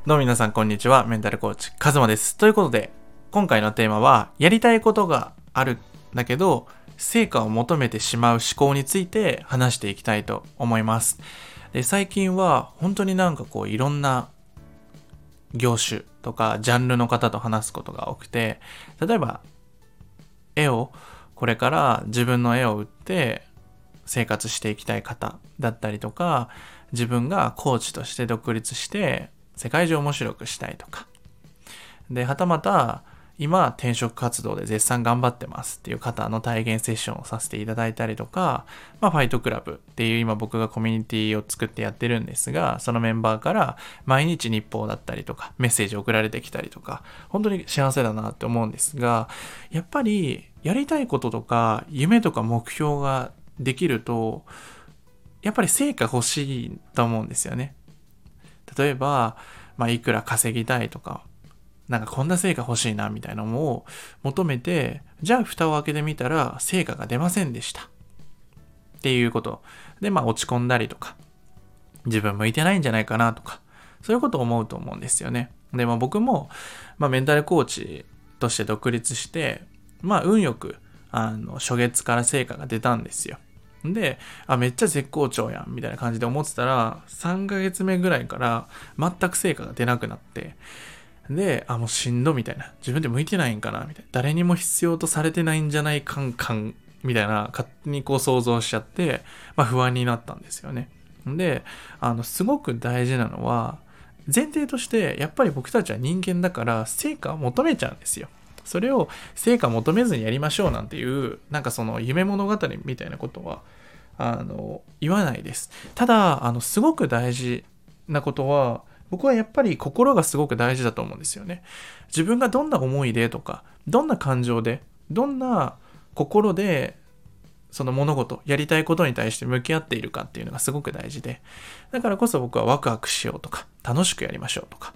どうも皆さんこんにちは。メンタルコーチカズマです。ということで今回のテーマはやりたいことがあるんだけど成果を求めてしまう思考について話していきたいと思います。で、最近は本当にいろんな業種とかジャンルの方と話すことが多くて、例えばこれから自分の絵を売って生活していきたい方だったりとか、自分がコーチとして独立して世界中面白くしたいとかで、はたまた今転職活動で絶賛頑張ってますっていう方の体験セッションをさせていただいたりとか、ファイトクラブっていう今僕がコミュニティを作ってやってるんですが、そのメンバーから毎日日報だったりとかメッセージ送られてきたりとか、本当に幸せだなって思うんですが、やっぱりやりたいこととか夢とか目標ができるとやっぱり成果欲しいと思うんですよね。例えば、いくら稼ぎたいとか、こんな成果欲しいなみたいなのを求めて、じゃあ蓋を開けてみたら成果が出ませんでしたっていうことで、落ち込んだりとか、自分向いてないんじゃないかなとか、そういうことを思うと思うんですよね。で、僕も、メンタルコーチとして独立して、運よく初月から成果が出たんですよ。で、めっちゃ絶好調やんみたいな感じで思ってたら、3ヶ月目ぐらいから全く成果が出なくなって、で、もうしんどみたいな、自分で向いてないんかなみたいな、誰にも必要とされてないんじゃないかんみたいな、勝手に想像しちゃって、不安になったんですよね。で、すごく大事なのは、前提としてやっぱり僕たちは人間だから成果を求めちゃうんですよ。それを成果求めずにやりましょうなんていうその夢物語みたいなことは言わないです。ただすごく大事なことは、僕はやっぱり心がすごく大事だと思うんですよね。自分がどんな思いでとか、どんな感情で、どんな心でその物事、やりたいことに対して向き合っているかっていうのがすごく大事で、だからこそ僕はワクワクしようとか、楽しくやりましょうとか、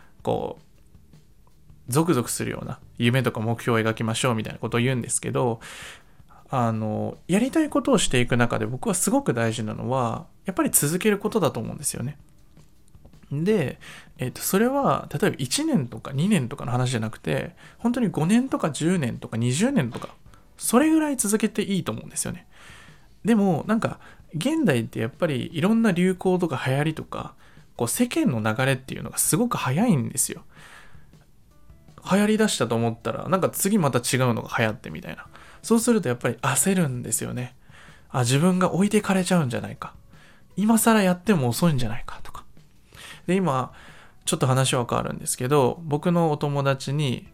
ゾクゾクするような夢とか目標を描きましょうみたいなことを言うんですけど、やりたいことをしていく中で僕はすごく大事なのは、やっぱり続けることだと思うんですよね。で、それは例えば1年とか2年とかの話じゃなくて、本当に5年とか10年とか20年とか、それぐらい続けていいと思うんですよね。でも現代ってやっぱりいろんな流行とか流行りとか、世間の流れっていうのがすごく早いんですよ。流行り出したと思ったら次また違うのが流行ってみたいな。そうするとやっぱり焦るんですよね。自分が置いてかれちゃうんじゃないか、今更やっても遅いんじゃないかとか。で、今ちょっと話は変わるんですけど、僕のお友達に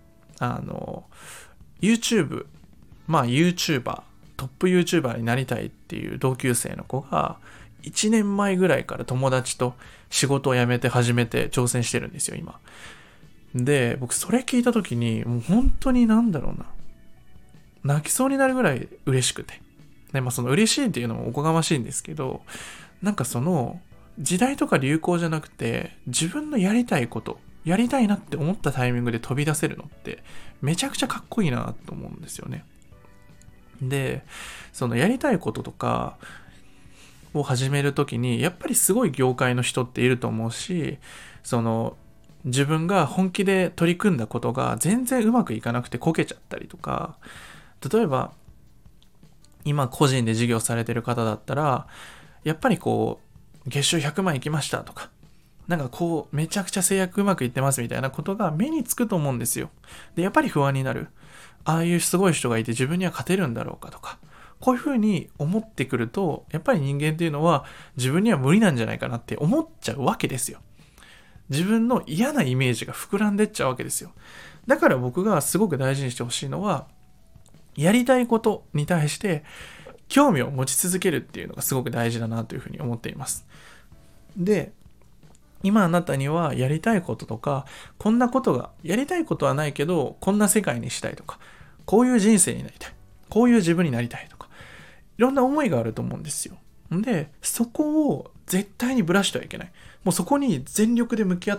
YouTube、YouTuber、トップ YouTuber になりたいっていう同級生の子が1年前ぐらいから友達と仕事を辞めて始めて挑戦してるんですよ今で。僕それ聞いた時にもう本当に泣きそうになるぐらい嬉しくて、で、その嬉しいっていうのもおこがましいんですけど、その時代とか流行じゃなくて、自分のやりたいこと、やりたいなって思ったタイミングで飛び出せるのってめちゃくちゃかっこいいなと思うんですよね。で、そのやりたいこととかを始めるときにやっぱりすごい業界の人っていると思うし、その自分が本気で取り組んだことが全然うまくいかなくてこけちゃったりとか、例えば今個人で事業されてる方だったら、やっぱり月収100万いきましたとか、めちゃくちゃ制約うまくいってますみたいなことが目につくと思うんですよ。で、やっぱり不安になる。ああいうすごい人がいて自分には勝てるんだろうかとか、こういうふうに思ってくると、やっぱり人間っていうのは自分には無理なんじゃないかなって思っちゃうわけですよ。自分の嫌なイメージが膨らんでっちゃうわけですよ。だから僕がすごく大事にしてほしいのは、やりたいことに対して興味を持ち続けるっていうのがすごく大事だなというふうに思っています。で、今あなたにはやりたいこととか、こんなことがやりたいことはないけどこんな世界にしたいとか、こういう人生になりたい、こういう自分になりたいとか、いろんな思いがあると思うんですよ。で、そこを絶対にブラしてはいけない。もうそこに全力で向き合って、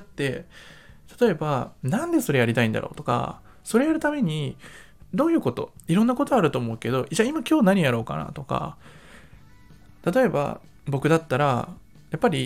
例えばなんでそれやりたいんだろうとか、それやるためにどういうこと、いろんなことあると思うけど、じゃあ今日何やろうかなとか、例えば僕だったらやっぱり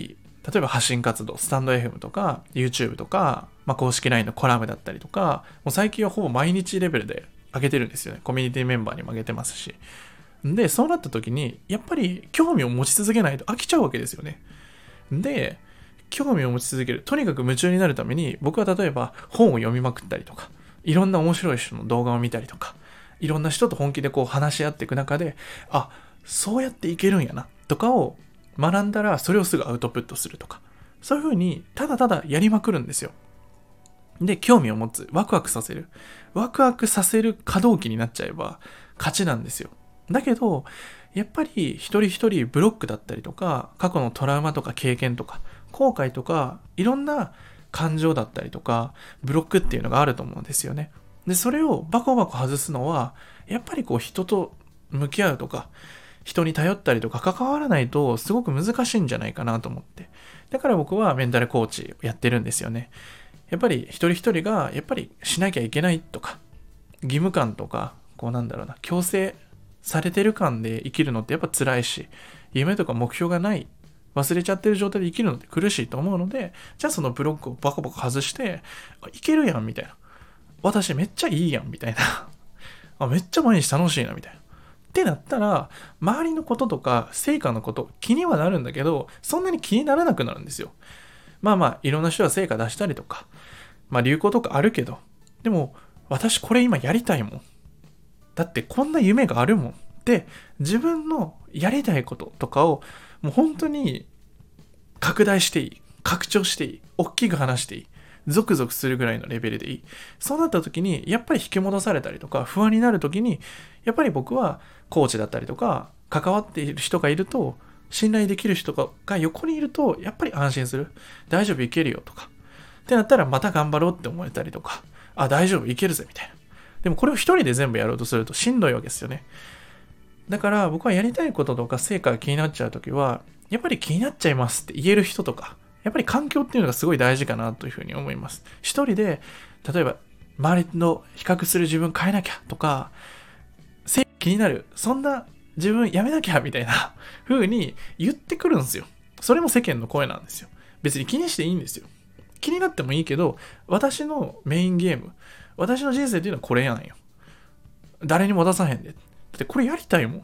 例えば発信活動、スタンド FM とか YouTube とか、公式 LINE のコラムだったりとか、もう最近はほぼ毎日レベルで上げてるんですよね。コミュニティメンバーにも上げてますし。で、そうなった時に、やっぱり興味を持ち続けないと飽きちゃうわけですよね。で、興味を持ち続ける。とにかく夢中になるために、僕は例えば本を読みまくったりとか、いろんな面白い人の動画を見たりとか、いろんな人と本気で話し合っていく中で、あ、そうやっていけるんやな、とかを学んだら、それをすぐアウトプットするとか、そういう風にただただやりまくるんですよ。で、興味を持つ。ワクワクさせる。ワクワクさせる可動機になっちゃえば勝ちなんですよ。だけど、やっぱり一人一人ブロックだったりとか、過去のトラウマとか経験とか、後悔とか、いろんな感情だったりとか、ブロックっていうのがあると思うんですよね。で、それをバコバコ外すのは、やっぱり人と向き合うとか、人に頼ったりとか関わらないとすごく難しいんじゃないかなと思って。だから僕はメンタルコーチをやってるんですよね。やっぱり一人一人がやっぱりしなきゃいけないとか、義務感とか、強制されてる感で生きるのってやっぱ辛いし、夢とか目標がない、忘れちゃってる状態で生きるのって苦しいと思うので、じゃあそのブロックをバコバコ外して、いけるやんみたいな。私めっちゃいいやんみたいな。めっちゃ毎日楽しいなみたいな。ってなったら、周りのこととか成果のこと気にはなるんだけど、そんなに気にならなくなるんですよ。いろんな人は成果出したりとか、流行とかあるけど、でも私これ今やりたいもん。だってこんな夢があるもん。で、自分のやりたいこととかをもう本当に拡大していい。拡張していい。大きく話していい。ゾクゾクするぐらいのレベルでいい。そうなった時に、やっぱり引き戻されたりとか、不安になる時に、やっぱり僕はコーチだったりとか、関わっている人がいると、信頼できる人が横にいると、やっぱり安心する。大丈夫いけるよとか。ってなったらまた頑張ろうって思えたりとか、あ、大丈夫いけるぜみたいな。でもこれを一人で全部やろうとするとしんどいわけですよね。だから僕はやりたいこととか成果が気になっちゃうときは、やっぱり気になっちゃいますって言える人とか、やっぱり環境っていうのがすごい大事かなというふうに思います。一人で、例えば周りの比較する自分変えなきゃとか、成果気になる、そんな自分やめなきゃみたいな風に言ってくるんですよ。それも世間の声なんですよ。別に気にしていいんですよ。気になってもいいけど、私のメインゲーム、私の人生っていうのはこれやんよ。誰にも出さへんで。だってこれやりたいもんって。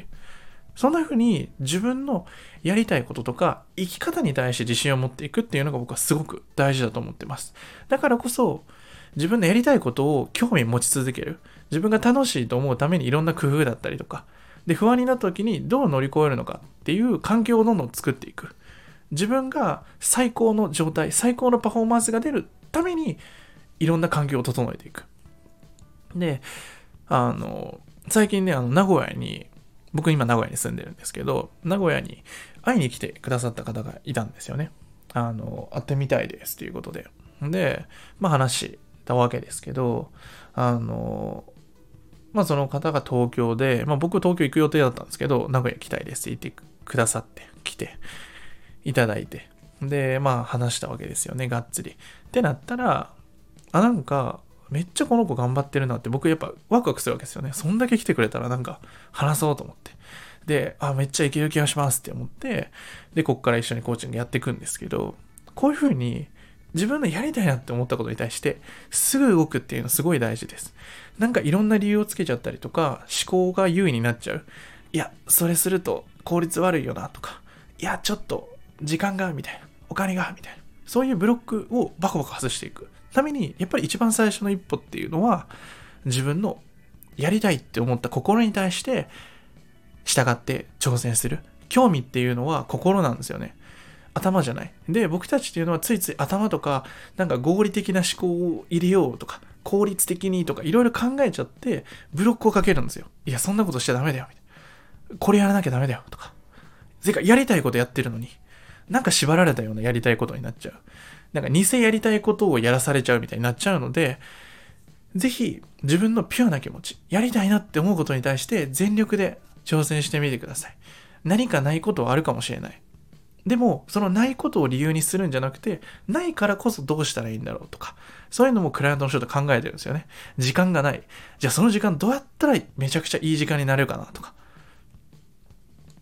そんな風に自分のやりたいこととか生き方に対して自信を持っていくっていうのが僕はすごく大事だと思ってます。だからこそ自分のやりたいことを興味持ち続ける。自分が楽しいと思うためにいろんな工夫だったりとか。で、不安になった時にどう乗り越えるのかっていう環境をどんどん作っていく。自分が最高の状態、最高のパフォーマンスが出るためにいろんな環境を整えていく。で、最近ね、名古屋に、僕今名古屋に住んでるんですけど、名古屋に会いに来てくださった方がいたんですよね。会ってみたいですということで。で、話したわけですけど、その方が東京で、僕東京行く予定だったんですけど、名古屋来たいですって言ってくださって、来ていただいて、で、話したわけですよね、がっつり。ってなったら、なんか、めっちゃこの子頑張ってるなって僕やっぱワクワクするわけですよね。そんだけ来てくれたらなんか話そうと思って。で、めっちゃいける気がしますって思って、で、こっから一緒にコーチングやっていくんですけど、こういう風に自分のやりたいなって思ったことに対してすぐ動くっていうのすごい大事です。なんかいろんな理由をつけちゃったりとか、思考が優位になっちゃう。いや、それすると効率悪いよなとか、いや、ちょっと時間がみたいな、お金がみたいな。そういうブロックをバコバコ外していくために、やっぱり一番最初の一歩っていうのは、自分のやりたいって思った心に対して従って挑戦する。興味っていうのは心なんですよね。頭じゃない。で、僕たちっていうのはついつい頭とか、なんか合理的な思考を入れようとか、効率的にとかいろいろ考えちゃって、ブロックをかけるんですよ。いや、そんなことしちゃダメだよ。みたいな。これやらなきゃダメだよ。とか。やりたいことやってるのに、なんか縛られたようなやりたいことになっちゃう。なんか偽やりたいことをやらされちゃうみたいになっちゃうので、ぜひ自分のピュアな気持ち、やりたいなって思うことに対して全力で挑戦してみてください。何かないことはあるかもしれない。でも、そのないことを理由にするんじゃなくて、ないからこそどうしたらいいんだろうとか、そういうのもクライアントの人と考えてるんですよね。時間がない。じゃあその時間どうやったらめちゃくちゃいい時間になれるかなとか。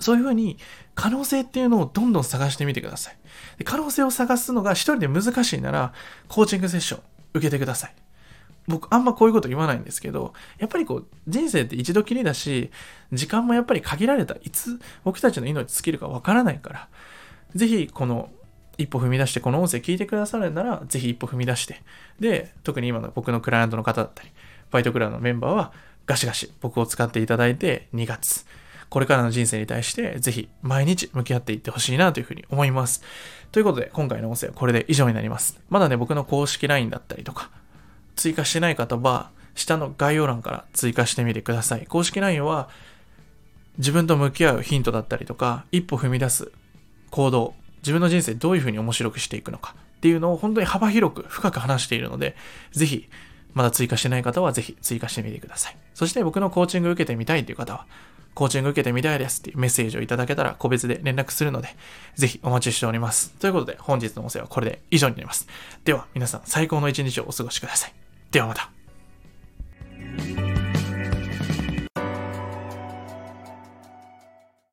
そういうふうに可能性っていうのをどんどん探してみてください。で可能性を探すのが一人で難しいなら、コーチングセッション受けてください。僕あんまこういうこと言わないんですけど、やっぱり人生って一度きりだし、時間もやっぱり限られた、いつ僕たちの命尽きるかわからないから、ぜひこの一歩踏み出して、この音声聞いてくださるなら、ぜひ一歩踏み出して、で、特に今の僕のクライアントの方だったり、ファイトクラブのメンバーはガシガシ僕を使っていただいて、2月、これからの人生に対してぜひ毎日向き合っていってほしいなというふうに思います。ということで今回の音声はこれで以上になります。まだね、僕の公式 LINE だったりとか追加してない方は下の概要欄から追加してみてください。公式 LINE は自分と向き合うヒントだったりとか、一歩踏み出す行動、自分の人生どういうふうに面白くしていくのかっていうのを本当に幅広く深く話しているので、ぜひまだ追加してない方はぜひ追加してみてください。そして僕のコーチング受けてみたいという方は、コーチング受けてみたいですっていうメッセージをいただけたら個別で連絡するので、ぜひお待ちしております。ということで本日の音声はこれで以上になります。では皆さん最高の一日をお過ごしください。ではまた。